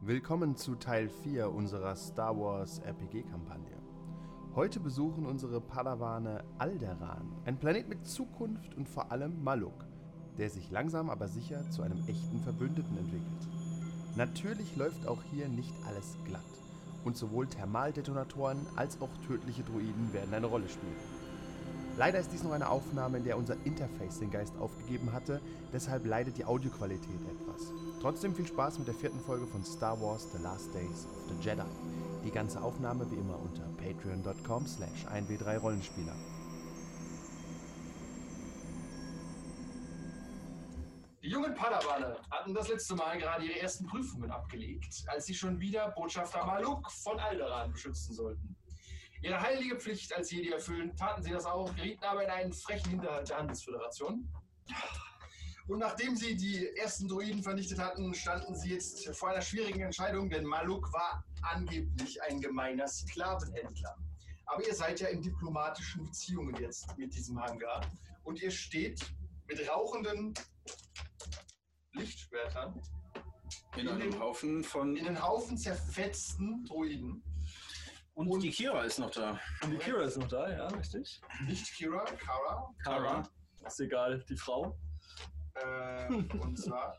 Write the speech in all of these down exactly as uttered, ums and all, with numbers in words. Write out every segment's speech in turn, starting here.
Willkommen zu Teil vier unserer Star Wars R P G-Kampagne. Heute besuchen unsere Padawane Alderaan, ein Planet mit Zukunft und vor allem Maluk, der sich langsam aber sicher zu einem echten Verbündeten entwickelt. Natürlich läuft auch hier nicht alles glatt und sowohl Thermaldetonatoren als auch tödliche Droiden werden eine Rolle spielen. Leider ist dies noch eine Aufnahme, in der unser Interface den Geist aufgegeben hatte, deshalb leidet die Audioqualität etwas. Trotzdem viel Spaß mit der vierten Folge von Star Wars The Last Days of the Jedi. Die ganze Aufnahme wie immer unter patreon dot com slash eins w drei Rollenspieler. Die jungen Padawane hatten das letzte Mal gerade ihre ersten Prüfungen abgelegt, als sie schon wieder Botschafter Maluk von Alderaan beschützen sollten. Ihre heilige Pflicht als Jedi erfüllen, taten sie das auch, gerieten aber in einen frechen Hinterhalt der Handelsföderation. Und nachdem sie die ersten Droiden vernichtet hatten, standen sie jetzt vor einer schwierigen Entscheidung, denn Maluk war angeblich ein gemeiner Sklavenhändler. Aber ihr seid ja in diplomatischen Beziehungen jetzt mit diesem Hangar und ihr steht mit rauchenden Lichtschwertern in, in einem den, Haufen von... in einen Haufen zerfetzten Droiden. Und, und die Kira ist noch da. Und die Kira ist noch da, ja, richtig. Nicht Kira, Kara. Kara. Ist egal, die Frau. Äh, und zwar,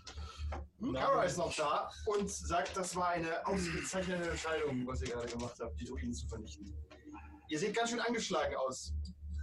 Kara ist noch da und sagt, das war eine ausgezeichnete Entscheidung, was ihr gerade gemacht habt, die Droiden zu vernichten. Ihr seht ganz schön angeschlagen aus.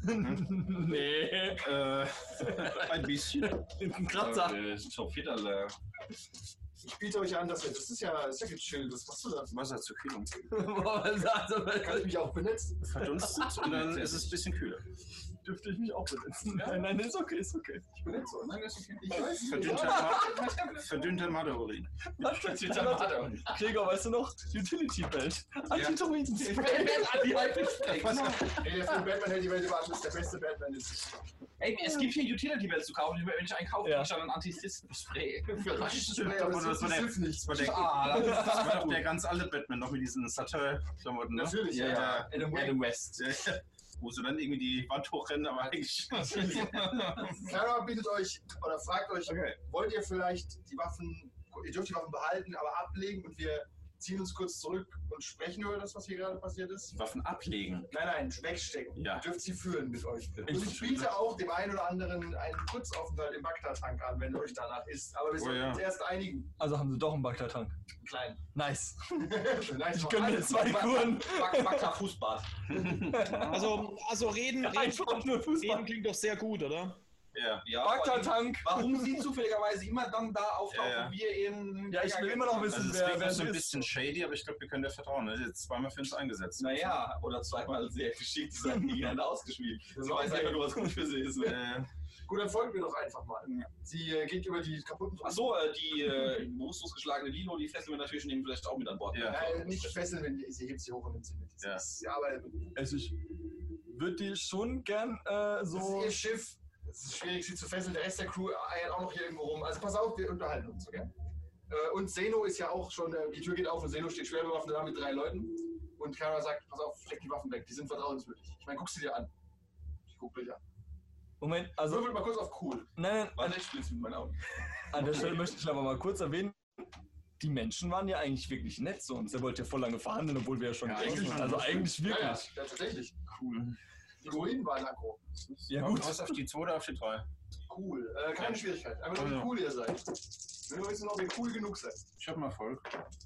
Nee. Äh, ein bisschen. Ein Kratzer. Äh, Ich biete euch an, dass ihr, das ist ja, das ist ja gechillt, was machst du da? Wasser zur Kühlung. Kann ich mich auch benetzen? Verdunstet und dann ist es ein bisschen kühler. Dürfte ich mich auch benetzen? Ja. Nein, nein, ist okay, ist okay. Ich benetze euch. Nein, ist okay. Ich weiß Verdünnter, verdünnter Madaurin. Verdünnter Madaurin. Gregor, weißt du noch? Utility Belt. Anti-Droiden-Spray. Anti-Hype-Spray. Ey, der Film Batman hält die Welt über alles, der beste Batman ist. Ey, es gibt hier Utility Belts zu kaufen, wenn ich einen kaufe, ja. ich dann ein Anti-Spray. Spray, aber das, das, das, das war der, ah, das das war doch der ganz alte Batman noch mit diesen Satin-Klamotten, ne? Natürlich, ja. ja. ja. Adam, Adam West. Ja, ja. Wo sie dann irgendwie die Wand hochrennen, aber eigentlich... Kara bietet euch, oder fragt euch, okay. Wollt ihr vielleicht die Waffen, ihr dürft die Waffen behalten, aber ablegen und wir ziehen uns kurz zurück und sprechen über das, was hier gerade passiert ist? Waffen ablegen? Nein, nein, wegstecken. Ja. Ihr dürft sie führen mit euch. Und ich biete auch dem einen oder anderen einen Kurzaufenthalt im Bagdad-Tank an, wenn euch danach ist. Aber wir sollten oh, ja. uns erst einigen. Also haben sie doch einen Bagdad-Tank? Klein. Nice. nice. Ich gönne mir zwei Kuren. Bagdad-Fußbad. also, also reden, reden, Einfach nur Fußbad. Reden klingt doch sehr gut, oder? Ja. ja Bagdad-Tank. Warum sie zufälligerweise immer dann da auftauchen, ja, ja. wir eben... Ja, ich will immer noch wissen, also wer, wer ist. so ein bisschen shady, aber ich glaube, wir können dir vertrauen. Er ist jetzt zweimal für uns eingesetzt. Naja, oder zweimal sehr geschickt Sachen gegeneinander ausgespielt. So weiß einfach nur, was gut für sie ist. Äh, Gut, dann folgt mir doch einfach mal. Sie äh, geht über die kaputten... Achso, äh, die äh, bewusstlos geschlagene Lilo, die fesseln wir natürlich nehmen vielleicht auch mit an Bord. Ja. Nein, nicht fesseln, wenn sie, sie hebt sie hoch und nimmt sie mit. Ja. Sie arbeitet mit ihr. Also ich würde die schon gern äh, so... Das ist ihr Schiff. Es ist schwierig, sie zu fesseln. Der Rest der Crew eiert auch noch hier irgendwo rum. Also pass auf, wir unterhalten uns, okay? Und Zeno ist ja auch schon, die Tür geht auf und Zeno steht schwer bewaffnet da mit drei Leuten. Und Kara sagt, pass auf, steck die Waffen weg, die sind vertrauenswürdig. Ich meine, guck sie dir an. Ich guck dich an. Moment, also... Würfel mal kurz auf cool. Nein, nein. Warte, ich spiel's mit meinen Augen. An der Stelle möchte ich aber mal kurz erwähnen, die Menschen waren ja eigentlich wirklich nett zu uns. Der wollte ja voll lange verhandeln, obwohl wir ja schon... Ja, eigentlich waren. Also eigentlich wirklich. Ja, ja, ja, tatsächlich. Cool. Die Droiden waren aggro. Ja gut. Was auf die zwei oder auf die drei? Cool. Äh, keine Schwierigkeit. Einfach nur, wie cool ihr seid. Wir müssen noch, wie cool genug seid. Ich hab einen Erfolg.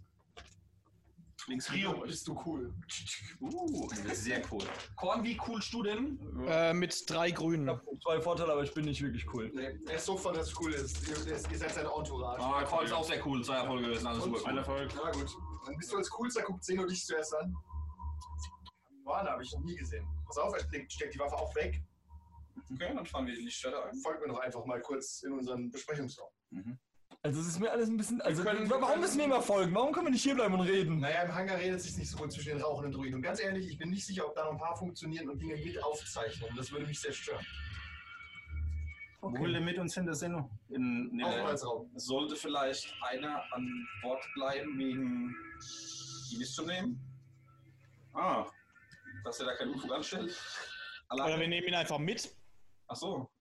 Links Rio, bist du cool. Uh, sehr cool. Korn, wie cool du denn? Äh, mit drei Grünen. Ich habe zwei Vorteile, aber ich bin nicht wirklich cool. Nee, er ist so von, dass es cool ist. Ihr, ihr seid seine Entourage. Ah, Korn ist auch sehr cool. Zwei Erfolge gewesen, alles super. Ein Erfolg. Na gut. Dann bist du als Coolster, guckt Zeno dich zuerst an. Warte, habe ich noch nie gesehen. Pass auf, er steckt die Waffe auch weg. Okay, dann fahren wir die Lichtschwerter ein. Folgt mir doch einfach mal kurz in unseren Besprechungsraum. Mhm. Also es ist mir alles ein bisschen... Also können, warum können, müssen wir immer folgen? Warum können wir nicht hierbleiben und reden? Naja, im Hangar redet es sich nicht so gut zwischen den rauchenden Druiden. Und ganz ehrlich, ich bin nicht sicher, ob da noch ein paar funktionieren und Dinge mit aufzeichnen. Das würde mich sehr stören. Okay. Wo will der mit uns hin, der Seno? In, in Aufenthaltsraum. Sollte vielleicht einer an Bord bleiben, wegen die mitzunehmen? Ah. Dass er da keinen Unfug anstellt? Oder wir nehmen ihn einfach mit. Ach so.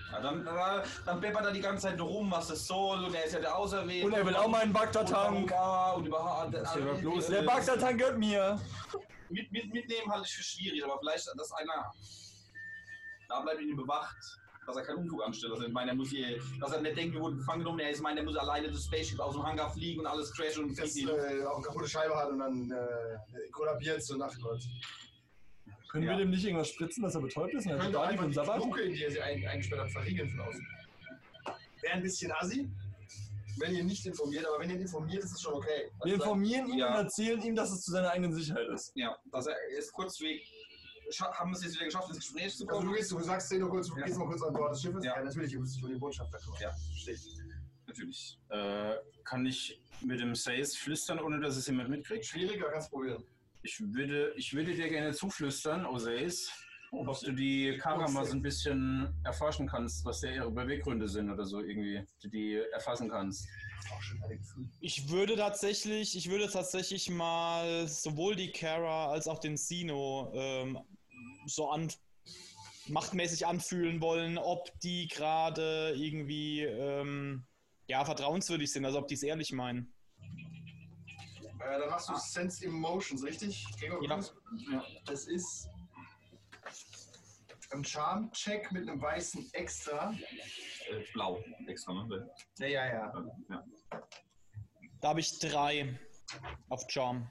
Ja, dann, äh, dann beppert er die ganze Zeit rum, was das soll, und er ist ja der Auserwählte. Und er will auch meinen Bagdad-Tank. Und überhaupt. bloß Der Bagdad-Tank gehört mir. Mit, mit, mitnehmen halte ich für schwierig, aber vielleicht, dass einer da bleibt und ihn bewacht, dass er keinen Unfug anstellt. Also ich meine, er muss hier, dass er nicht denkt, wir wurden gefangen genommen. Er ist, meine, er muss alleine das Spaceship aus dem Hangar fliegen und alles crashen und Das fliegen. äh, auch eine kaputte Scheibe hat und dann äh, kollabiert zur Nachtgott. Können Ja. wir dem nicht irgendwas spritzen, dass er betäubt ist? Und er Könnte da einfach und die Sabbat? Luke, in die er sie ein, eingesperrt hat, verriegeln von außen. Wäre ein bisschen assi, wenn ihr nicht informiert, aber wenn ihr informiert, ist es schon okay. Wir Also, informieren ihn Ja. und erzählen ihm, dass es zu seiner eigenen Sicherheit ist. Ja, dass er ist kurz weg. Scha- Haben wir es jetzt wieder geschafft, ins Gespräch zu Also kommen? du, gehst, du sagst dir nur kurz, du Ja. gehst mal kurz an Bord des Schiffes. Ja. Ja, natürlich, ihr müsst dich um den Botschafter kümmern. Ja. Verstehe ich. Natürlich. Äh, kann ich mit dem Sace flüstern, ohne dass es jemand mitkriegt? Schwierig, aber kannst probieren. Ich würde, ich würde dir gerne zuflüstern, Oseis, ob du die Kara mal so ein bisschen erforschen kannst, was da ihre Beweggründe sind oder so irgendwie, du die erfassen kannst. Auch schon ein Gefühl. Ich würde tatsächlich, ich würde tatsächlich mal sowohl die Kara als auch den Sino ähm, so an machtmäßig anfühlen wollen, ob die gerade irgendwie ähm, ja vertrauenswürdig sind, also ob die es ehrlich meinen. Äh, dann hast du Sense Emotions, richtig? Gregor, Ja. ja. Das ist ein Charm-Check mit einem weißen Extra. Äh, blau extra, ne? Ja, ja, ja. Ja. Da habe ich drei auf Charm.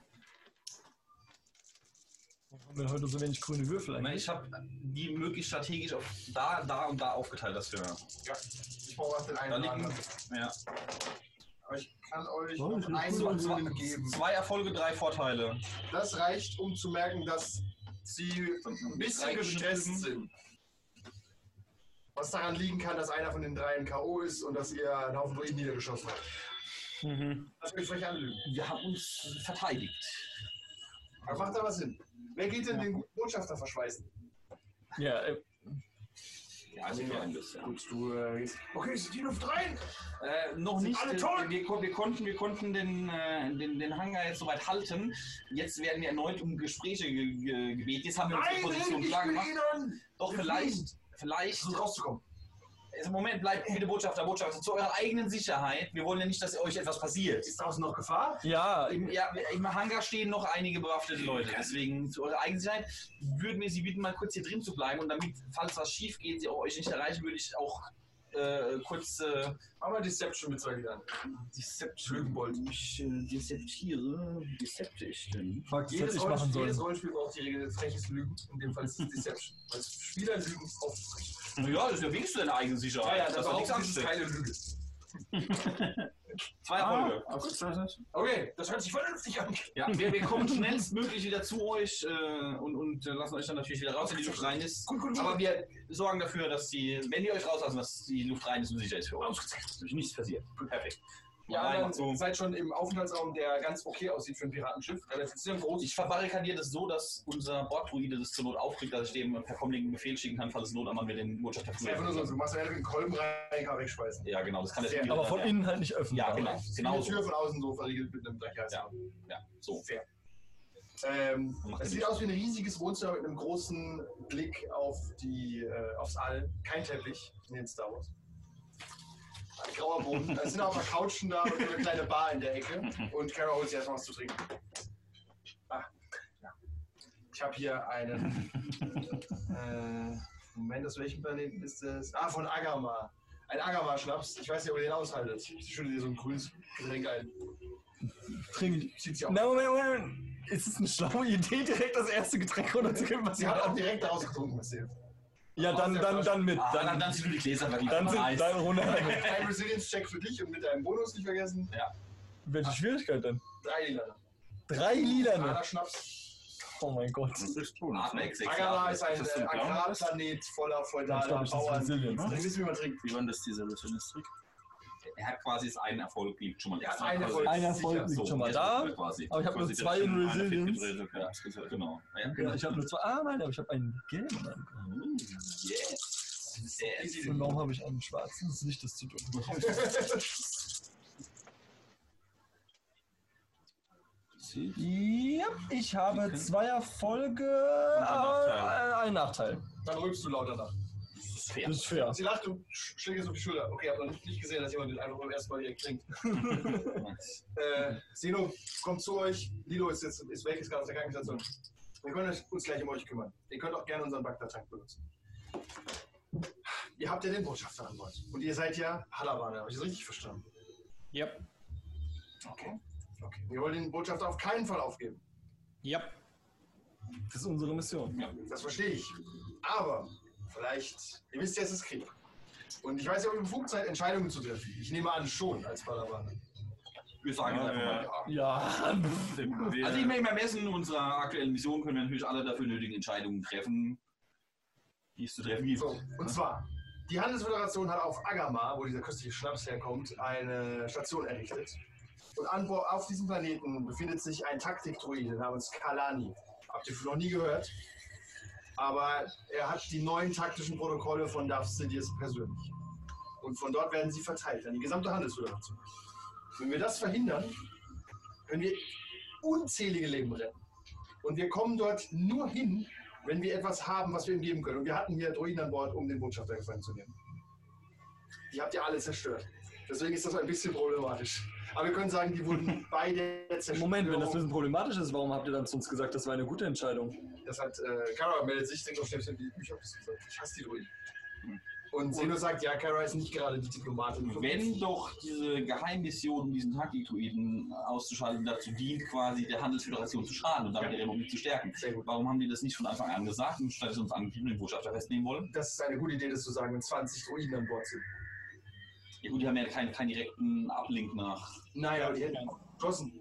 Haben wir heute so wenig grüne Würfel Na, eigentlich? ich habe die möglichst strategisch auf da, da und da aufgeteilt, das für. ja. Ich brauche was den einen Da oder liegen, anderen. ja. Aber ich kann euch Oh, noch ich- einen zwei, Grünen geben. zwei Erfolge, drei Vorteile. Das reicht, um zu merken, dass sie ein bisschen gestresst sind. Was daran liegen kann, dass einer von den dreien K O ist und dass ihr einen Haufen Druiden niedergeschossen habt. Mhm. Das will ich euch anlügen. Wir haben uns verteidigt. Aber macht da was Sinn. Wer geht denn den guten Botschafter verschweißen? Ja, äh, Ja, also wir haben das, ja. Gut, du äh, gehst. Okay, ist die Luft rein? Äh, noch Sind nicht. alle äh, tot? Wir, kon- wir konnten, wir konnten den, äh, den, den Hangar jetzt soweit halten. Jetzt werden wir erneut um Gespräche ge ge gebeten. Jetzt haben wir unsere Nein, Position ich klar will gemacht. Ihnen! Doch wir vielleicht, vielleicht. Versucht rauszukommen. Im Moment bleibt bitte Botschafter, Botschafter zu eurer eigenen Sicherheit. Wir wollen ja nicht, dass euch etwas passiert. Ist draußen noch Gefahr? ja, Im, ja, im Hangar stehen noch einige bewaffnete Leute. Deswegen zu eurer eigenen Sicherheit würden wir Sie bitten, mal kurz hier drin zu bleiben. Und damit, falls was schief geht, Sie auch euch nicht erreichen, würde ich auch äh, kurz äh, Mach mal Deception mit zwei Liedern. Deception. Lügenbold. Ich äh, deceptiere. Decepte ich denn? fragt, was Jedes, hätte ich machen Rollenspiel, sollen. jedes Rollenspiel braucht die Regel freches Lügen. In dem Fall ist es Deception. Weil Spieler lügen auf frech. Ja, das ist ja wenigstens deine eigene Sicherheit. Ja, ja, das da nichts ist es ansteckt. keine Lüge. Zwei Ah, Erfolge. Okay, das hört sich vernünftig an. Ja, wir, wir kommen schnellstmöglich wieder zu euch äh, und, und äh, lassen euch dann natürlich wieder raus, wenn die Luft rein ist. Gut, gut, gut. Aber wir sorgen dafür, dass die, wenn die euch rauslassen, dass die Luft rein ist und sicher ist für euch. Dass euch nichts passiert. Perfekt. Ja, Rein, dann so. seid schon im Aufenthaltsraum, der ganz okay aussieht für ein Piratenschiff. Relativ sehr groß. Ich verbarrikadiere das so, dass unser Borddruide das zur Not aufkriegt, dass ich dem per Comlink einen Befehl schicken kann, falls es Not einmal mit den Botschafter Das ist einfach nur so, du machst ja einen Kolben rein, kann wegschmeißen. Ja, genau, das kann der Sehr- Spieler Aber dann, von ja. innen halt nicht öffnen. Ja, genau. Genau Genau die Tür so. von außen so verriegelt mit einem Brecher. Ja. Ja, so. Fair. Ähm, Macht es er sieht nicht. aus wie ein riesiges Wohnzimmer mit einem großen Blick auf die, äh, aufs All. Kein Teppich in den Star Wars. Ein grauer Boden. Es sind auch ein paar Couchen da und so eine kleine Bar in der Ecke. Und Kara holt sich erstmal was zu trinken. Ah, ja. Ich habe hier einen. äh, Moment, aus welchem Planeten ist das? Ah, von Agama. Ein Agama-Schnaps. Ich weiß nicht, ob ihr den aushaltet. Ich schütte dir so ein grünes Getränk ein. Trink ich. Zieht sie auch. Na, Moment, Moment. Ist es eine schlaue Idee, direkt das erste Getränk runterzugeben, was Sie sie hat auch hat? direkt daraus getrunken, was sie hilft. Ja, dann, dann, dann mit. Ah, dann, Dann, dann zieh du die Gläser weg. dann sind Nice. dann runter damit. Ein Resilience-Check für dich und mit deinem Bonus nicht vergessen. Welche Schwierigkeit denn? Drei Lila. Drei Lilane. Einer Schnaps. Oh mein Gott. Das ist tun. Atmex, sechs Agama Jahre. ist ein das so äh, ein blauer Agrarplanet voller Ich feudaler glaube, das ist Bauern. Resilience. Dann wissen, wie man trinkt. Wie war denn das, dieser Resilience-Trick? Er hat quasi jetzt einen Erfolg, liegt schon mal. Er hat einen Erfolg. Ein Erfolg Sicher. liegt schon mal jetzt da. wird er quasi. Aber ich habe nur Quasi zwei das in schon eine Resilience. Fit gedreht, okay. Ja, das ist ja- genau. Ja, Genau, ich habe nur zwei. Ah, nein, aber ich habe einen gelben. und einen- Yes. Yes. Und warum habe ich einen schwarzen? Das Licht ist zu dunkel. Ja, ich habe zwei Erfolge, ein Nachteil. äh, einen Nachteil. Dann rülpst du lauter nach. ist fair. Das ist fair. Sie lacht und sch- schlägt jetzt auf die Schulter. Okay, ich habe noch nicht, nicht gesehen, dass jemand den einfach beim ersten Mal direkt trinkt. äh, Sino kommt zu euch. Lilo ist jetzt ist weg, ist gerade aus der Krankenstation. Wir können uns gleich um euch kümmern. Ihr könnt auch gerne unseren Bagdad-Tank benutzen. Ihr habt ja den Botschafter an Bord. Und ihr seid ja Padawaner. Habe ich das richtig verstanden? Yep. Okay. Okay. Wir wollen den Botschafter auf keinen Fall aufgeben. Yep. Das ist unsere Mission. Ja, das verstehe ich. Aber vielleicht, ihr wisst ja, es ist Krieg. Und ich weiß ja, ob ihr befugt seid, Entscheidungen zu treffen. Ich nehme an, schon als Padawaner. Wir sagen Ja, einfach ja. mal ja. Ja. Wir, Also ich meine, beim Messen unserer aktuellen Mission können wir natürlich alle dafür nötigen Entscheidungen treffen, die es zu treffen gibt. So, und zwar, die Handelsföderation hat auf Agamar, wo dieser köstliche Schnaps herkommt, eine Station errichtet. Und an Bord auf diesem Planeten befindet sich ein Taktikdruide namens Kalani. Habt ihr noch nie gehört? Aber er hat die neuen taktischen Protokolle von Darth Sidious persönlich. Und von dort werden sie verteilt an die gesamte Handelsföderation. Wenn wir das verhindern, können wir unzählige Leben retten. Und wir kommen dort nur hin, wenn wir etwas haben, was wir ihm geben können. Und wir hatten hier Droiden an Bord, um den Botschafter gefangen zu nehmen. Die habt ihr alle zerstört. Deswegen ist das ein bisschen problematisch. Aber wir können sagen, die wurden beide zerstört. Moment, wenn das ein bisschen problematisch ist, warum habt ihr dann zu uns gesagt, das war eine gute Entscheidung? Das hat, äh, Kara meldet sich, denkt auf Schnäppchen, wie ich hab das gesagt. Ich hasse die Droiden. Und Zeno sagt, ja, Kara ist nicht gerade die Diplomatin. Wenn doch diese Geheimmission, diesen Taktikdruiden auszuschalten, dazu dient, quasi der Handelsföderation zu schaden und damit Ja. die Republik zu stärken. Sehr gut. Warum haben die das nicht von Anfang an gesagt und statt es uns angegeben den Botschafter festnehmen wollen? Das ist eine gute Idee, das zu sagen, wenn zwanzig Droiden an Bord sind. Ja gut, die haben ja keinen, keinen direkten Ablink nach. Nein, aber die hätten geschossen.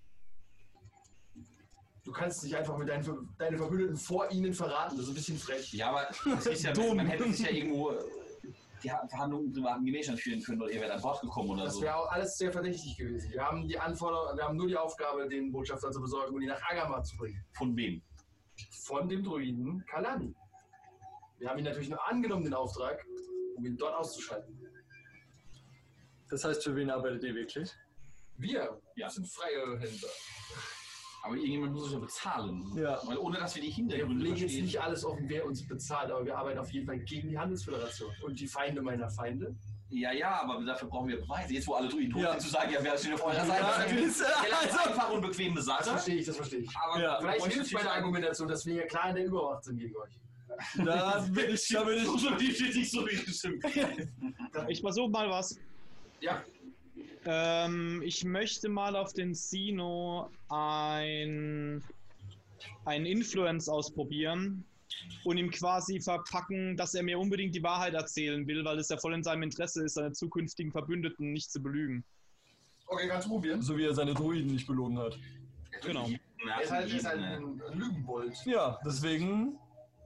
Du kannst nicht einfach mit deinen, Ver- deine Verbündeten vor ihnen verraten, das ist ein bisschen frech. Ja, aber es ist ja, Dumm. man hätte sich ja irgendwo äh, die Ha- Verhandlungen im privaten Gemächern führen können oder ihr wärt an Bord gekommen oder Das so. wäre auch alles sehr verdächtig gewesen. Wir haben die Anforderung, wir haben nur die Aufgabe, den Botschafter zu besorgen und ihn nach Agamar zu bringen. Von wem? Von dem Druiden Kalani. Wir haben ihn natürlich nur angenommen, den Auftrag, um ihn dort auszuschalten. Das heißt, für wen arbeitet ihr wirklich? Wir Ja. sind freie Händler. Aber irgendjemand muss es ja bezahlen. Ja. Weil ohne dass wir die Wir Hintergründe legen jetzt verstehen. nicht alles offen, wer uns bezahlt, aber wir arbeiten auf jeden Fall gegen die Handelsföderation. Und die Feinde meiner Feinde. Ja, ja, aber dafür brauchen wir Beweise. Jetzt, wo alle Druiden tot Ja. sind, zu sagen, ja, wer steht auf eurer Seite? Ja, das ist das- relativ also- einfach und bequeme Das Sache. verstehe ich, das verstehe ich. Aber Ja. Vielleicht bräuchte hilft meine natürlich- Argumentation, dass wir ja klar in der Übermacht sind gegen euch. Da bin ich, da bin ich. So, die steht nicht so richtig stimmt. Ich versuche mal was. Ja, Ähm, ich möchte mal auf den Sino ein, ein Influence ausprobieren und ihm quasi verpacken, dass er mir unbedingt die Wahrheit erzählen will, weil es ja voll in seinem Interesse ist, seine zukünftigen Verbündeten nicht zu belügen. okay, kannst du probieren. So wie er seine Druiden nicht belogen hat. Genau. Er ist halt, er ist halt ein Lügenbold. Ja, deswegen.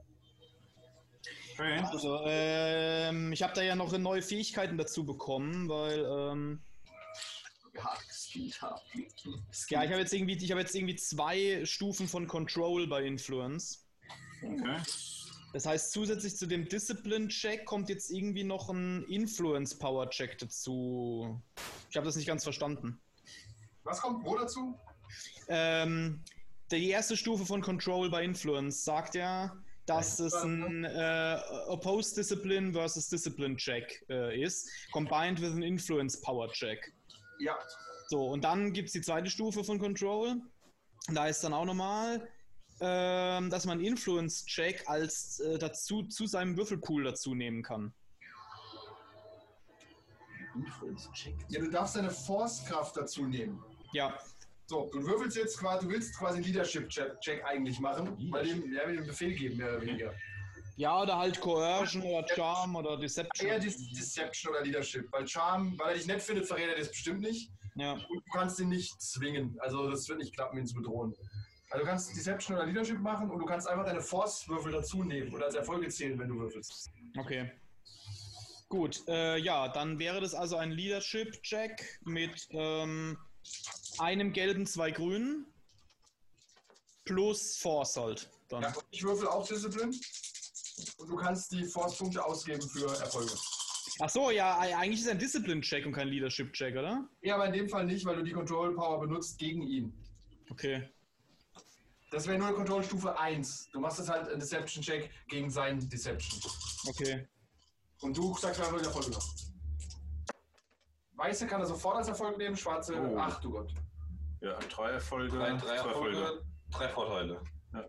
okay. Also, ähm, ich habe da ja noch neue Fähigkeiten dazu bekommen, weil, ähm, Ja, Skilled haben. ja, ich habe jetzt irgendwie, ich habe jetzt irgendwie zwei Stufen von Control bei Influence. Okay. Das heißt, zusätzlich zu dem Discipline-Check kommt jetzt irgendwie noch ein Influence-Power-Check dazu. Ich habe das nicht ganz verstanden. Was kommt wo dazu? Ähm, die erste Stufe von Control bei Influence sagt ja, dass es ein äh, Opposed Discipline versus Discipline Check äh, ist, combined with an Influence Power Check. Ja, So, und dann gibt es die zweite Stufe von Control. Da ist dann auch nochmal, ähm, dass man Influence Check als äh, dazu zu seinem Würfelpool dazu nehmen kann. Influence-Check. ja, du darfst deine Force-Kraft dazu nehmen. Ja, So, du würfelst jetzt quasi, du willst quasi einen Leadership-Check eigentlich machen, bei dem, ja, dem Befehl geben, mehr oder weniger. ja, oder halt Coercion oder Charm oder Deception. Eher Dis- Deception oder Leadership, weil Charm, weil er dich nett findet, verrät er das bestimmt nicht. Ja. Und du kannst ihn nicht zwingen, also das wird nicht klappen, ihn zu bedrohen. Also du kannst Deception oder Leadership machen und du kannst einfach deine Force-Würfel dazu nehmen oder als Erfolge zählen, wenn du würfelst. Okay. Gut, äh, ja, dann wäre das also ein Leadership-Check mit ähm, einem gelben, zwei grünen plus Force halt. Dann. Ja, und ich würfel auch Discipline und du kannst die Force-Punkte ausgeben für Erfolge. Ach so, ja, e- eigentlich ist ein Discipline-Check und kein Leadership-Check, oder? Ja, aber in dem Fall nicht, weil du die Control-Power benutzt gegen ihn. Okay. Das wäre nur Control-Stufe eins. Du machst jetzt halt einen Deception-Check gegen seinen Deception. Okay. Und du sagst einfach den Erfolg noch. Weiße kann er sofort als Erfolg nehmen, schwarze, Oh. ach du Gott. Ja, drei Erfolge, Drei, drei zwei Erfolge, Erfolge. drei Vorteile.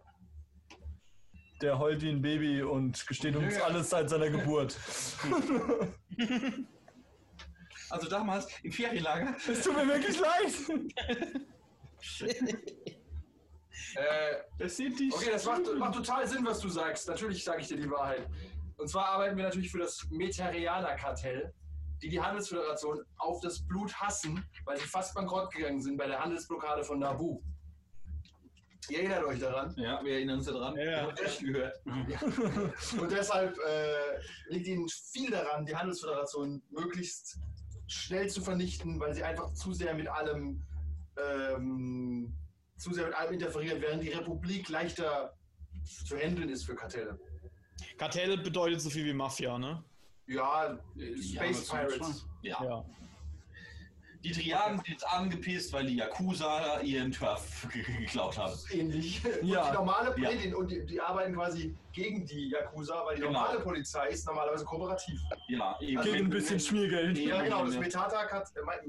Der heult wie ein Baby und gesteht uns Ja. alles seit seiner Geburt. Also damals im Ferienlager. Es tut mir wirklich leid. Äh, Das sind die. okay, das macht, macht total Sinn, was du sagst. Natürlich sage ich dir die Wahrheit. Und zwar arbeiten wir natürlich für das Meterianer-Kartell, die die Handelsföderation auf das Blut hassen, weil sie fast bankrott gegangen sind bei der Handelsblockade von Naboo. Ihr erinnert euch daran. Ja, wir erinnern uns daran. Ja. Wir haben das gehört. Und deshalb äh, liegt ihnen viel daran, die Handelsföderation möglichst schnell zu vernichten, weil sie einfach zu sehr mit allem ähm, zu sehr mit allem interferiert, während die Republik leichter zu handeln ist für Kartelle. Kartell bedeutet so viel wie Mafia, ne? Ja, äh, Space Ja, das ist Pirates. Ja. Ja. Die Triaden sind jetzt angepisst, weil die Yakuza ihren Turf geklaut haben. Ähnlich. Und Ja. die normale Ja. nee, die, und die, die arbeiten quasi gegen die Yakuza, weil die Genau. normale Polizei ist normalerweise kooperativ. Ja, eben. Also Gegen ein bisschen Schmiergeld. Ja, genau, das Ja. Metata- äh,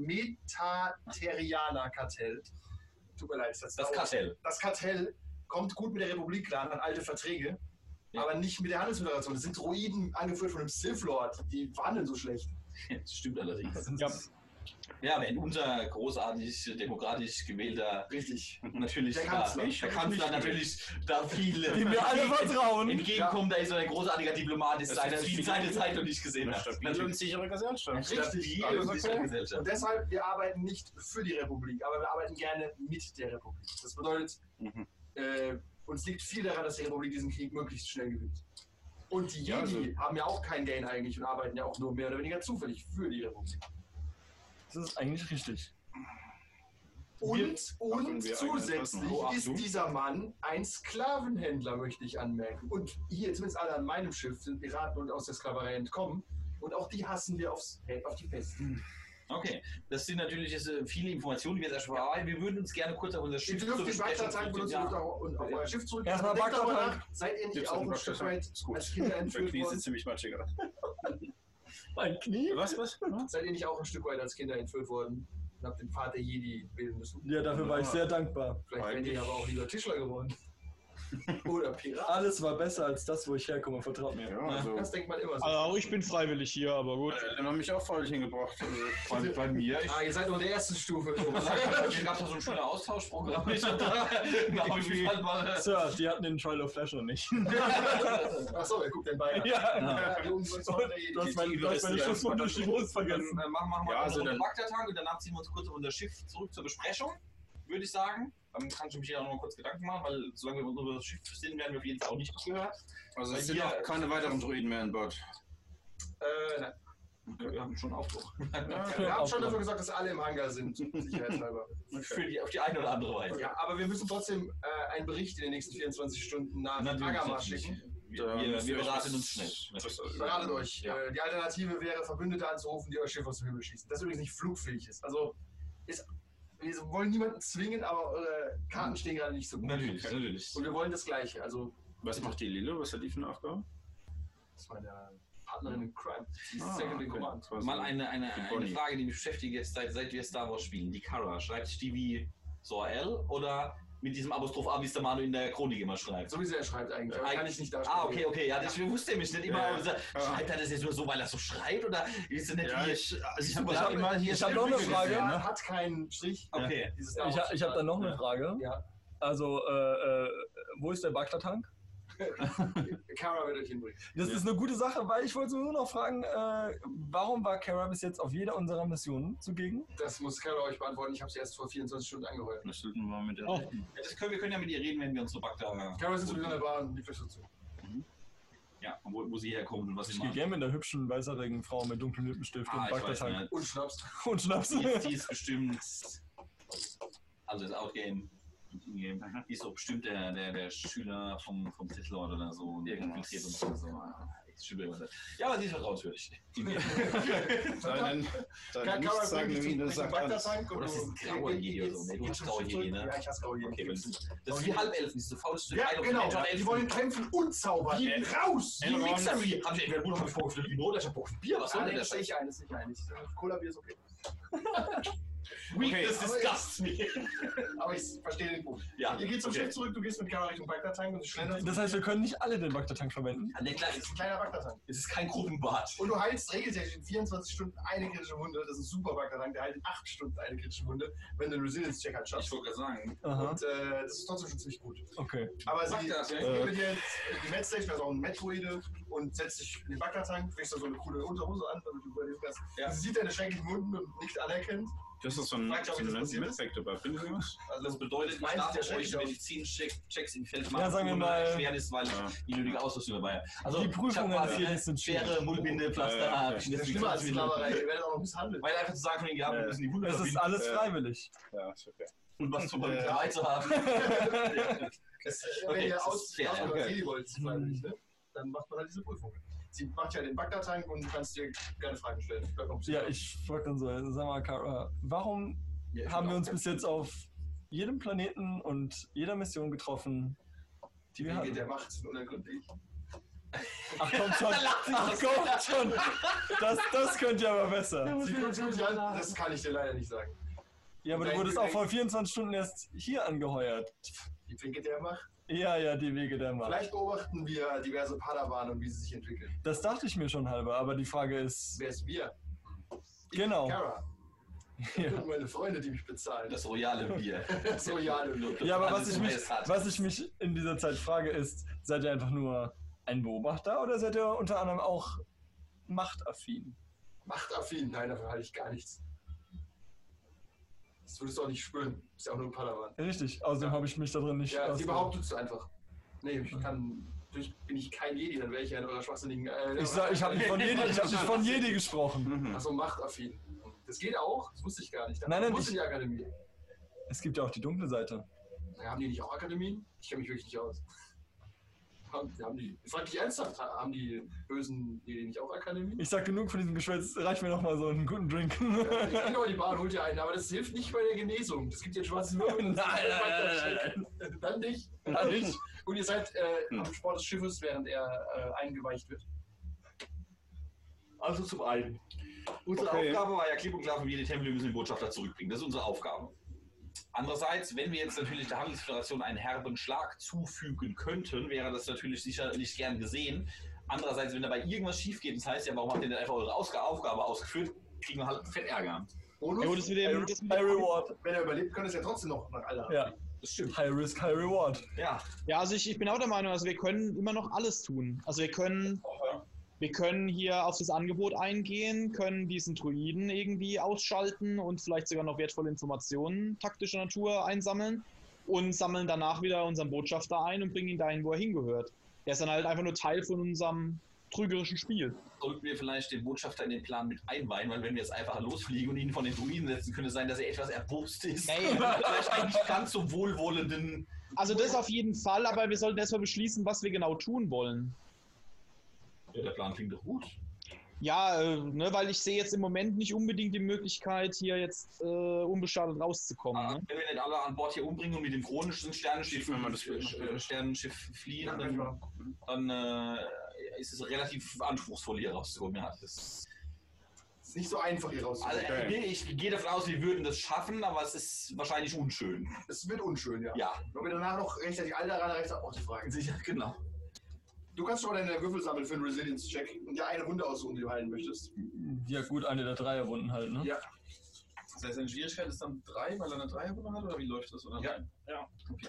Metaterianer-Kartell. Tut mir leid, das, Das Kartell. Das Kartell kommt gut mit der Republik klar an alte Verträge, Ja. aber nicht mit der Handelsföderation. Das sind Droiden, angeführt von einem Sith Lord, die verhandeln so schlecht. Das stimmt allerdings. Ja. Ja, wenn unser großartig demokratisch gewählter, Richtig. natürlich Der da, Kanzler. der Kanzler natürlich da viele Die mir alle vertrauen. entgegenkommen, da ist so ein großartiger Diplomat, ist Das seine, ist viel- seine Zeit noch nicht gesehen Eine hat. stabile und sichere Gesellschaft. Richtig. Stabile und Alles sichere okay. Gesellschaft. Und deshalb, wir arbeiten nicht für die Republik, aber wir arbeiten gerne mit der Republik. Das bedeutet, Mhm. äh, uns liegt viel daran, dass die Republik diesen Krieg möglichst schnell gewinnt. Und die Jedi Ja, also- haben ja auch keinen Gain eigentlich und arbeiten ja auch nur mehr oder weniger zufällig für die Republik. Das ist eigentlich richtig. Und, Wir- und Ach, wenn wir zusätzlich eigene Interessen haben. ist Oh, Achtung. dieser Mann ein Sklavenhändler, möchte ich anmerken. Und hier, zumindest alle an meinem Schiff, sind Piraten und aus der Sklaverei entkommen. Und auch die hassen wir aufs, auf die Pest. Okay, das sind natürlich jetzt, äh, viele Informationen, die wir jetzt ersparen. Wir würden uns gerne kurz auf unser Ihr Schiff dürft zur den Besprechung Bagdad-Tank benutzen, ihr dürft ja. auch und auf euer Schiff zurück. Erstmal Denkt darüber Bagdad-Tank. nach, seid endlich Gibt's auch einen ein Bagdad-Tank? Stück weit Ist gut. als Kinder Mein entführt Knie ist worden. ziemlich matschig. Mein Knie? Was, was? Seid ihr nicht auch ein Stück weit als Kinder entführt worden und habt den Pfad der Jedi wählen müssen? Ja, dafür war ich sehr dankbar. Vielleicht wärt ihr Eigentlich- aber auch lieber Tischler geworden. Oder Pirat. Alles war besser als das, wo ich herkomme, vertraut mir. Ja, also. Das denkt man immer so. Also auch ich bin freiwillig hier, aber gut. Äh, haben mich auch faul hingebracht. Bei, Also, bei mir, ich, Ah, ihr seid nur in der ersten Stufe. hier gab es da so ein schönes Austauschprogramm. Ich hab da, da hab ich mich halt mal. Sir, die hatten den Trial of Flash noch nicht. Achso, er guckt den Bein an. Ja. Ja, die Jungs sind von der Jedi. Du hast mein- du hast meine Schusswunde durch die Brust Dann vergessen. äh, machen, machen wir Ja, ja, also so einen dann- Bagdad-Tank und danach ziehen wir uns kurz auf unser Schiff zurück zur Besprechung, würde ich sagen. Dann kann ich mich ja noch mal kurz Gedanken machen, weil solange wir über das Schiff sind, werden wir auf jeden Fall auch nicht gehört. also Weil es sind hier- auch keine weiteren Druiden mehr an Bord. Äh, nein. Wir haben schon Aufbruch. Wir haben schon dafür gesorgt, dass alle im Hangar sind, sicherheitshalber. Für die, auf die eine oder andere Weise. Ja, aber wir müssen trotzdem äh, einen Bericht in den nächsten vierundzwanzig Stunden nach Natürlich, Agama natürlich. schicken. Wir, Da wir, müssen wir wir beraten was- uns schnell. das- Beratet euch. Ja. Äh, die Alternative wäre, Verbündete anzurufen, die euer Schiff aus dem Himmel schießen. Das übrigens nicht flugfähig ist. Also, ist, wir wollen niemanden zwingen, aber eure Karten stehen gerade nicht so gut. Natürlich, natürlich. Und wir wollen das Gleiche. Also, Was macht die Lilo? Was hat die für eine Aufgabe? das ist meine Partnerin in Crime. Die ist Ah, Second in okay. Command. Das war so- Mal eine, eine, Die eine Bonnie. Frage, die mich beschäftigt jetzt, seit, seit wir Star Wars spielen. Die Kara, schreibt sich die wie Sor-El oder mit diesem Apostroph A, wie es der Manu in der Chronik immer schreibt? So wie sie er schreibt eigentlich. Aber kann ich nicht darstellen. Ah, okay, okay, ja, das wusste nämlich nicht immer. Ja, ja. aber Schreibt er das jetzt nur so, weil er so schreibt oder ist es nicht Ja, wie... ich, also ich Super, habe hab immer hier ich hab noch eine Stempel Frage. gesehen, Er ne? hat keinen Strich. Okay. Dieses Ich, ha- ich habe da noch eine Frage. Ja. Also, äh, äh, wo ist der Bagdad-Tank? Kara wird euch hinbringen. Das Ja. ist eine gute Sache, weil ich wollte nur noch fragen, äh, warum war Kara bis jetzt auf jeder unserer Missionen zugegen? Das muss Kara euch beantworten. Ich habe sie erst vor vierundzwanzig Stunden angeheuert. Das sollten wir mal mit der Oh. reden. Ja, das können, wir können ja mit ihr reden, wenn wir uns so Bagdad... Kara ist sowieso in der Bahn und die Fische zu. Ja, wo, wo sie herkommt und was sie Ich gehe macht. gerne mit einer hübschen, weißhaarigen Frau mit dunklem Lippenstift Ah, und ich weiß Bagdad-Tank nicht. Und Schnaps. und Schnaps. Die ist, die ist bestimmt... Also das Outgame. Die ist so bestimmt der, der, der Schüler vom, vom Sith Lord oder so. Und der infiltriert uns oder so. stimmt irgendwas nicht. Ja, aber sie ist vertrauenswürdig. Die mir. Dein, dein Kann, kann man Nichts sagen, wirklich wie zum das sagt alles. Bagdad-Tank Oder das ist ein grauer Jedi oder so. Nee, du hast graue Jedi, ne? Ja, ich hasse graue Jedi. Okay, wenn du- das ist wie Halbelfen, diese faulste Ja, genau. Die wollen kämpfen und zaubern. Die- raus! Die Mixery! Haben sie entweder Bruder, hab ich vorgeführt, wie Not, ich hab Bock auf Bier, was soll Ah, denn nee, das? das sehe ich ein, das sehe ich ein. Ich- Cola-Bier ist okay. Weakness aber disgusts me. Aber ich verstehe den Punkt. Ja, Ihr geht zum okay. Schiff zurück, du gehst mit Kara Richtung Bagdad-Tank und sie schlendern. Das heißt, wir können nicht alle den Bagdad-Tank verwenden. Ja, ne, klar, Das es ist ein kleiner Bagdad-Tank. es ist kein Gruppenbad. Und du heilst regelmäßig in vierundzwanzig Stunden eine kritische Wunde. Das ist ein super Bagdad-Tank, der heilt in acht Stunden eine kritische Wunde, wenn du einen Resilience-Check halt Ich schaffst. wollte gerade sagen. Aha, Und äh, das ist trotzdem schon ziemlich gut. okay. Aber sie Bagdad, ja. äh, geben dir jetzt die Medstation, also auch ein Metroide, und setzt dich in den Bagdad-Tank, kriegst da so eine coole Unterhose an, damit du überleben kannst. Ja. Sie sieht deine schrecklichen Wunden und nicht anerkennt. Das ist so ein, Fragt, ob so das ein passiert ist. Medpack dabei. Findest du was? Also Das bedeutet, ich Meins darf der euch schrecklich aus. Medizinchecks im Feld Ja, machen, sagen wir ohne mal- Erschwernis, weil ich Ja. die nötige Ausrüstung dabei habe. Also, Die ich Prüfungen habe quasi hier sind schwere schwierig. Mullbinde, Pflaster, Ja, ja, hab okay. ich das ist schlimmer als Sklaverei, ihr werdet auch noch misshandelt. Weil einfach zu sagen, von den Gaben, wir müssen die Wunde Es ist verbinden alles Ja. freiwillig. Ja, ist okay. und was zum Ja. dabei zu haben. Das, Okay, wenn ihr das aus ist fair, aus- okay. Jedi wollt, freiwillig, ne? Dann macht man halt diese Prüfung. Sie macht ja den Bagdad-Tank und du kannst dir gerne Fragen stellen. Da kommt sie Ja, drauf. ich frag dann so, sag mal, Kara, warum Ja, ich haben bin wir auch uns kein- bis jetzt auf jedem Planeten und jeder Mission getroffen, die Die wir Wege hatten? der Macht sind unergründlich. Ach komm schon, ach komm schon, das, das könnt ihr aber besser. Sie guckt mich an, das kann ich dir leider nicht sagen. Ja, aber du wurdest auch vor vierundzwanzig Stunden erst hier angeheuert. Die Wege der Macht. Ja, ja, die Wege der Macht. Vielleicht beobachten wir diverse Padawan und wie sie sich entwickeln. Das dachte ich mir schon halber, aber die Frage ist, Wer ist wir? Ich, Genau. Kara. ja, Und meine Freunde, die mich bezahlen. Das royale Bier. Das royale Look. ja aber was Alles ich, mich, Weiß hat. was ich mich in dieser Zeit frage ist, seid ihr einfach nur ein Beobachter oder seid ihr unter anderem auch machtaffin? Machtaffin. Nein, davon halte ich gar nichts. Das würdest du auch nicht spüren. Du bist ja auch nur ein Padawan. Richtig, außerdem Ja. habe ich mich da drin nicht Ja, die ausge- behauptest du einfach. Nee, ich kann. Durch, bin ich kein Jedi, dann wäre ich ja in eurer schwachsinnigen. Äh, Ich, sag, ich habe nicht von Jedi, ich hab nicht von Jedi gesprochen. Mhm. Achso, machtaffin. Das geht auch, das wusste ich gar nicht. Nein, nein, muss in ich- die Akademie. Es gibt ja auch die dunkle Seite. Ja, haben die nicht auch Akademien? Ich kenne mich wirklich nicht aus. Haben, haben die, ich frage dich ernsthaft, haben die bösen Jedi nicht auch Akademien? Ich sag genug von diesem Geschwätz, reicht mir noch mal so einen guten Drink. Ich gehe noch in die Bar und hol dir einen, aber das hilft nicht bei der Genesung. Das gibt dir schwarze Würfel. Nein, nein, nein, Dann nicht. Nein, nicht. Und ihr seid äh, Hm. am Sport des Schiffes, während er äh, eingeweicht wird. Also zum einen. Unsere Okay. Aufgabe war ja klipp und klar, von jedem Tempel, wir müssen den Botschafter zurückbringen. Das ist unsere Aufgabe. Andererseits, wenn wir jetzt natürlich der Handelsföderation einen herben Schlag zufügen könnten, wäre das natürlich sicherlich gern gesehen. Andererseits, wenn dabei irgendwas schief geht, das heißt ja, warum habt ihr denn einfach eure Ausg Aufgabe ausgeführt, kriegen wir halt fett Ärger. Bonus, Ja, gut, das mit dem, das mit High dem, Reward. wenn er überlebt, kann es ja trotzdem noch nach aller. Ja, Das stimmt. High Risk, High Reward. Ja, ja, also ich, ich bin auch der Meinung, also wir können immer noch alles tun. Also wir können, wir können hier auf das Angebot eingehen, können diesen Druiden irgendwie ausschalten und vielleicht sogar noch wertvolle Informationen taktischer Natur einsammeln und sammeln danach wieder unseren Botschafter ein und bringen ihn dahin, wo er hingehört. Der ist dann halt einfach nur Teil von unserem trügerischen Spiel. sollten wir vielleicht den Botschafter in den Plan mit einweihen, weil wenn wir jetzt einfach losfliegen und ihn von den Druiden setzen, könnte es sein, dass er etwas erbost ist. Hey. Vielleicht eigentlich ganz so wohlwollenden. Also das auf jeden Fall, aber wir sollten erstmal beschließen, was wir genau tun wollen. Ja, der Plan klingt doch gut. Ja, äh, ne, weil ich sehe jetzt im Moment nicht unbedingt die Möglichkeit, hier jetzt äh, unbeschadet rauszukommen. Ah, Ne? wenn wir nicht alle an Bord hier umbringen und mit dem chronischen Sternenschiff, Wenn man das will. äh, Sternenschiff fliehen, Ja, dann, dann äh, ist es relativ anspruchsvoll, hier rauszukommen. Ja, das Ist nicht so einfach hier raus. also, Okay. äh, ich gehe davon aus, wir würden das schaffen, aber es ist wahrscheinlich unschön. Es wird unschön, ja. Ja, Wenn wir danach noch rechtzeitig all daran rechts auch die Frage. sicher, genau. Du kannst schon mal deine Würfel sammeln für einen Resilience-Check und dir eine Wunde aussuchen, die du heilen möchtest. Ja gut, eine der Dreierrunden halt, ne? Ja. Das heißt, seine Schwierigkeit ist dann drei, weil er eine Dreierrunde hat, oder wie läuft das? Oder? Ja. Ja, okay.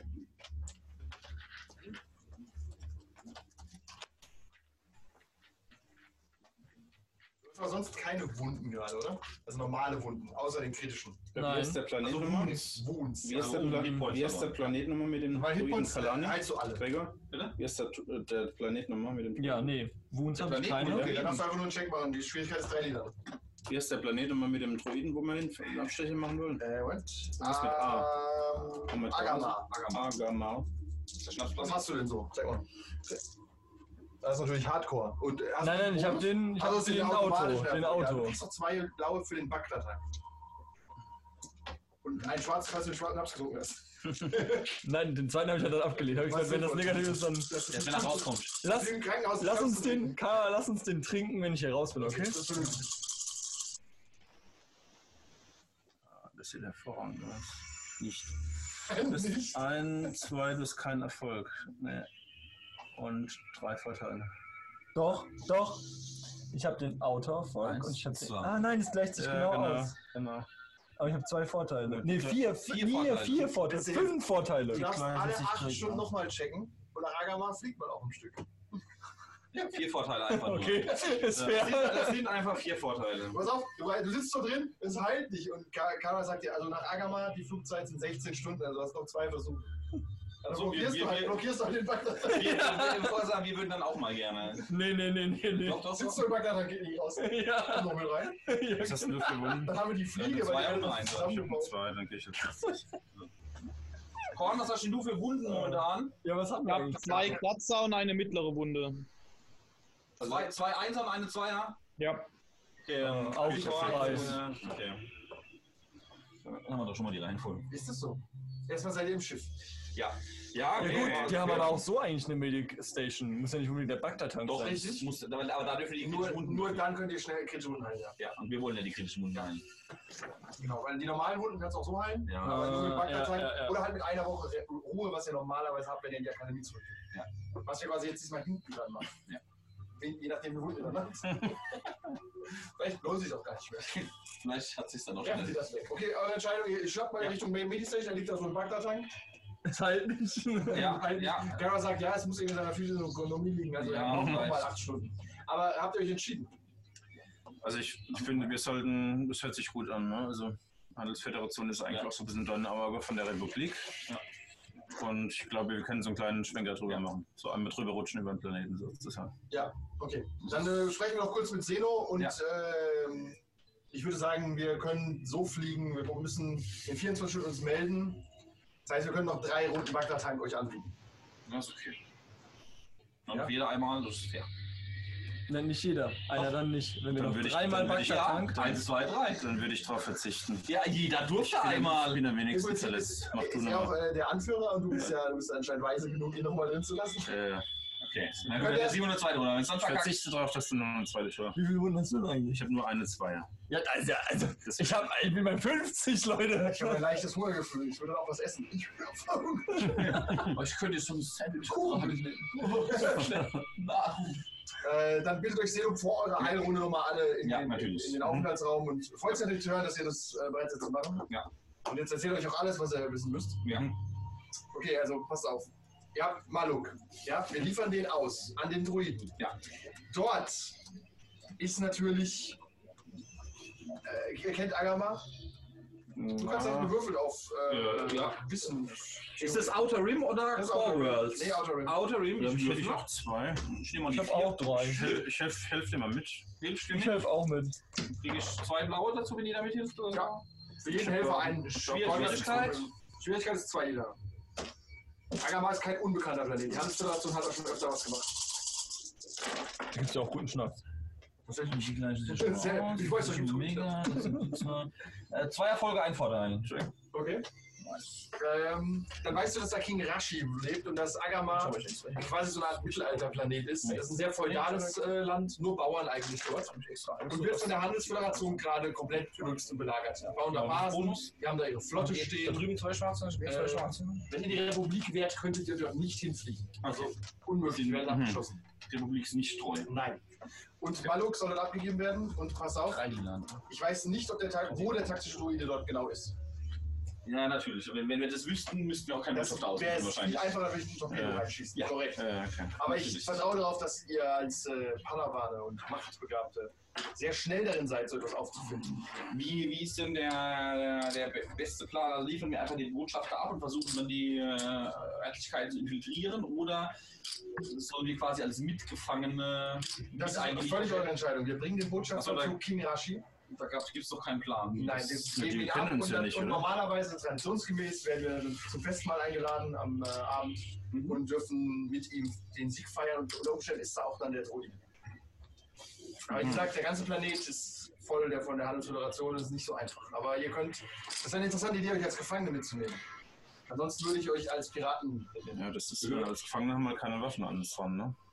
Du hast aber sonst keine Wunden gerade, oder? Also normale Wunden, außer den kritischen. Wie ist der Planet nochmal? Wounds. Wounds. Wie ist der, Also, Pla Hitpoints wie ist der verloren. Planet nochmal mit dem Weil Druiden Hitpoints Kalani? heilst du alle. Gregor? Bitte? Wie ist der, der Planet nochmal mit dem Ja, nee. Wounds Der habe ich Planet- keine. Okay, dann darfst du einfach nur einen Check machen. Die Schwierigkeit ist drei Lieder. Wie ist der Planet nochmal mit dem Druiden, wo wir hin Abstriche machen wollen? Äh, Moment. Was mit A? Ähm, Mit Agama. Agama. Agamar. Der Schnapsplatz. Was hast du denn so? Sag mal. Das ist natürlich Hardcore. Und hast Nein, du nein, ich habe den, ich Also hab den den Auto. automatischen Den Erfolg. Ja, Auto. du kriegst noch zwei blaue für den Bagdad-Tank. Und ein schwarzes, falls du den schwarzen Abs getrunken hast. Nein, den zweiten habe ich ja dann abgelehnt. Hab ich gesagt, wenn das negativ ist, dann. Erst wenn er rauskommt. Lass, Im Krankenhaus lass uns kannst du den, Karl, lass uns den trinken, wenn ich hier raus bin, okay? Das ist vernünftig. Das sieht hervorragend aus. Nicht. Nicht. Ist ein, zwei, das ist kein Erfolg. Nee. Und drei Vorteile. Doch, doch. Ich habe den Autoerfolg Eins, und ich habe den. zwei. Ah nein, das gleicht sich genau, aus. genau. Aber ich habe zwei Vorteile. Gut. Nee, vier, Vier vier, vier, Vorteile. vier Vorteile. Deswegen- Fünf Vorteile. Du darfst Kleine alle sich acht trinken, Stunden ja. nochmal checken. Und nach Agama fliegt man auch ein Stück. Ja, vier Vorteile einfach nur. Okay, es Das sind, wäre. das sind einfach vier Vorteile. Pass auf, du, du sitzt so drin, es heilt nicht. Und Ka- Karma sagt dir, also nach Agama, die Flugzeit sind sechzehn Stunden, also du hast noch zwei Versuche. Also So, wir- blockierst, wir- du halt, wir- blockierst du halt den Bagdad. Wir würden vorher sagen, wir würden dann auch mal gerne. Nee, nee, nee, nee, nee. Doch, doch, Sitzt doch. du im Bagdad, dann geht nicht raus. Ja. Dann noch mit rein. Ja, Was hast du für Wunden? Dann haben wir die Fliege, Ja, weil die zwei alle und noch eins, Ich hab zusammengebaut. zwei, dann gehe ich jetzt. Korn, was hast denn du für Wunden momentan? Ja, was haben Ich wir habe eigentlich? zwei Kratzer und eine mittlere Wunde. Zwei, zwei Einser und eine Zweier? Ja. Okay, Äh, ähm, auch ich drei. war- Okay. Dann haben wir doch schon mal die Reihenfolge. Ist das so? Erstmal seid ihr im Schiff. Ja. Ja, Ja okay. gut, die haben aber auch so eigentlich eine Medic Station. Muss ja nicht unbedingt der Bagdad-Tank Doch, sein. richtig. Muss, aber, aber da dürfen die Nur, kritischen Wunden. nur dann könnt ihr schnell kritische Wunden heilen, ja. Ja, und wir wollen ja die kritischen Wunden heilen. Genau, weil die normalen Wunden kannst du auch so heilen. Ja. Aber nur mit Äh, Bagdad ja, ja, ja. Oder halt mit einer Woche Ruhe, was ihr normalerweise habt, wenn ihr in die Akademie zurückgeht. Ja. Was wir quasi jetzt diesmal hinten dran machen. Ja. Je je nachdem, wie Wunden ihr dann habt. Vielleicht lohnt sich auch gar nicht mehr. Vielleicht hat sich dann auch Ja, schon. zieht das weg. Okay, eure Entscheidung, ihr schlappt mal Ja. Richtung Medistation, da liegt da so ein Bagdad-Tank. Ist halt nicht. Ja, ja. Gara sagt, ja, es muss in seiner Physiognomie liegen, also Ja, er braucht nochmal vielleicht. acht Stunden. Aber habt ihr euch entschieden? Also ich, ich finde, wir sollten, das hört sich gut an, ne? Also Handelsföderation ist eigentlich Ja. auch so ein bisschen Donnerauge von der Republik. Ja. Und ich glaube, wir können so einen kleinen Schwenker drüber machen. So einmal drüber rutschen über den Planeten sozusagen. Okay, dann äh, sprechen wir noch kurz mit Zeno und Ja. ähm, ich würde sagen, wir können so fliegen, wir müssen in vierundzwanzig Stunden uns melden. Das heißt, wir können noch drei Runden Bagdad-Tank euch anbieten. Das ist okay. Und Ja. jeder einmal, das ist fair. Nein, nicht jeder. Einer dann nicht. Wenn wir Dann noch würde ich- dreimal dann würde ich- Bagdad-Tank. dann- Eins, zwei, drei. Dann würde ich darauf verzichten. Ja, jeder durfte Ich bin einmal. am Im wenigsten Prinzip verletzt. ist, Mach du ist ja auch noch. äh, der Anführer und du bist ja du bist anscheinend weise genug, ihn nochmal drin zu lassen. Äh, Okay, dann Könnt können ihr- wir siebenhundertzwei oder wenn es dann ich verkackt. verzichte darauf, dass du noch eine zweite Tor. Wie viele Wunden hast du denn eigentlich? Ich habe nur eine Zweier. Ja, also, also Das ich, hab, ich bin bei fünfzig, Leute. Ich habe ein leichtes Hungergefühl, ich würde auch was essen. Ich bin auf Hunger. Ich könnte jetzt so ein Sandwich Kuchen. Äh, dann bildet euch Zeno vor eurer Heilrunde nochmal alle in, Ja, den, in, natürlich. in den Aufenthaltsraum und freut sich natürlich zu hören, dass ihr das äh, bereits jetzt machen. Ja. Und jetzt erzählt euch auch alles, was ihr wissen müsst. Ja. Okay, also passt auf. Ihr habt Maluk. Ja, wir liefern den aus an den Druiden. Ja. Dort ist natürlich. Äh, ihr kennt Agama? Du kannst auch gewürfelt auf äh, Äh, ja. Wissen. Ist das Outer Rim oder Das ist Core Outer Rim. Worlds? Nee, Outer Rim. Outer Rim, Dann ich hätte würfel ich noch. auch zwei. Ich nehme mal Ich die hab vier. auch drei. Ich, hel- ich helfe helf dir mal mit. Hilfst du Ich mir? helfe auch mit. Kriege ich zwei blaue dazu, wenn jeder mithilft? Oder? Ja. Für jeden Helfer einen Schwierigkeit? Schwierigkeit ist zwei Liter. Agama ist kein unbekannter Planet. Die Handelsföderation hat auch schon öfter was gemacht. Da gibt es ja auch guten Schnaps. Sehr- ich weiß, das gibt's gut. Mega. Äh, zwei Erfolge, ein Vorteil. Okay. Ähm, dann weißt du, dass da King Rashi lebt und dass Agama quasi so eine Art Mittelalterplanet ist. Das ist ein sehr feudales äh, Land, nur Bauern eigentlich dort. Und wird von der Handelsföderation gerade komplett benutzt und belagert. Die bauen da Basen, die haben da ihre Flotte Da stehen. drüben zwei schwarze, zwei Äh, schwarze. Wenn ihr die Republik wärt, könntet ihr dort nicht hinfliegen. Also unmöglich, die werden Mhm. abgeschossen. Die Republik ist nicht treu. Nein. Und Maluk soll dort abgegeben werden. Und pass auf, Drei Land. ich weiß nicht, ob der Tag, wo der taktische Druide dort genau ist. Ja, natürlich. Wenn, wenn wir das wüssten, müssten wir auch keine Das Botschaft wäre aussuchen, jetzt viel wahrscheinlich. einfacher, wenn ich einen Torpedo Ja. reinschießen. Ja. Korrekt. Äh, okay. Aber ich Natürlich. vertraue darauf, dass ihr als äh, Padawane und Machtbegabte sehr schnell darin seid, so etwas aufzufinden. Wie, wie ist denn der, der, der beste Plan? Also liefern wir einfach den Botschafter ab und versuchen dann die äh, Örtlichkeit zu infiltrieren oder sollen wir quasi als Mitgefangene Das mit ist völlig eure Entscheidung. Wir bringen den Botschafter Ach so, zu King Rashi. Da gibt es doch keinen Plan. Nein, das die geben wir kennen ab uns und, ja dann- nicht, und oder? normalerweise traditionsgemäß werden wir zum Festmahl eingeladen am äh, Abend Mhm. und dürfen mit ihm den Sieg feiern und unter Umständen ist da auch dann der Druide. Aber wie gesagt, der ganze Planet ist voll der von der Handelsföderation, das ist nicht so einfach. Aber ihr könnt, das ist eine interessante Idee, euch als Gefangene mitzunehmen. Ansonsten würde ich euch als Piraten mitnehmen. Ja, das ist, als Gefangener haben wir keine Waffen anfahren, ne?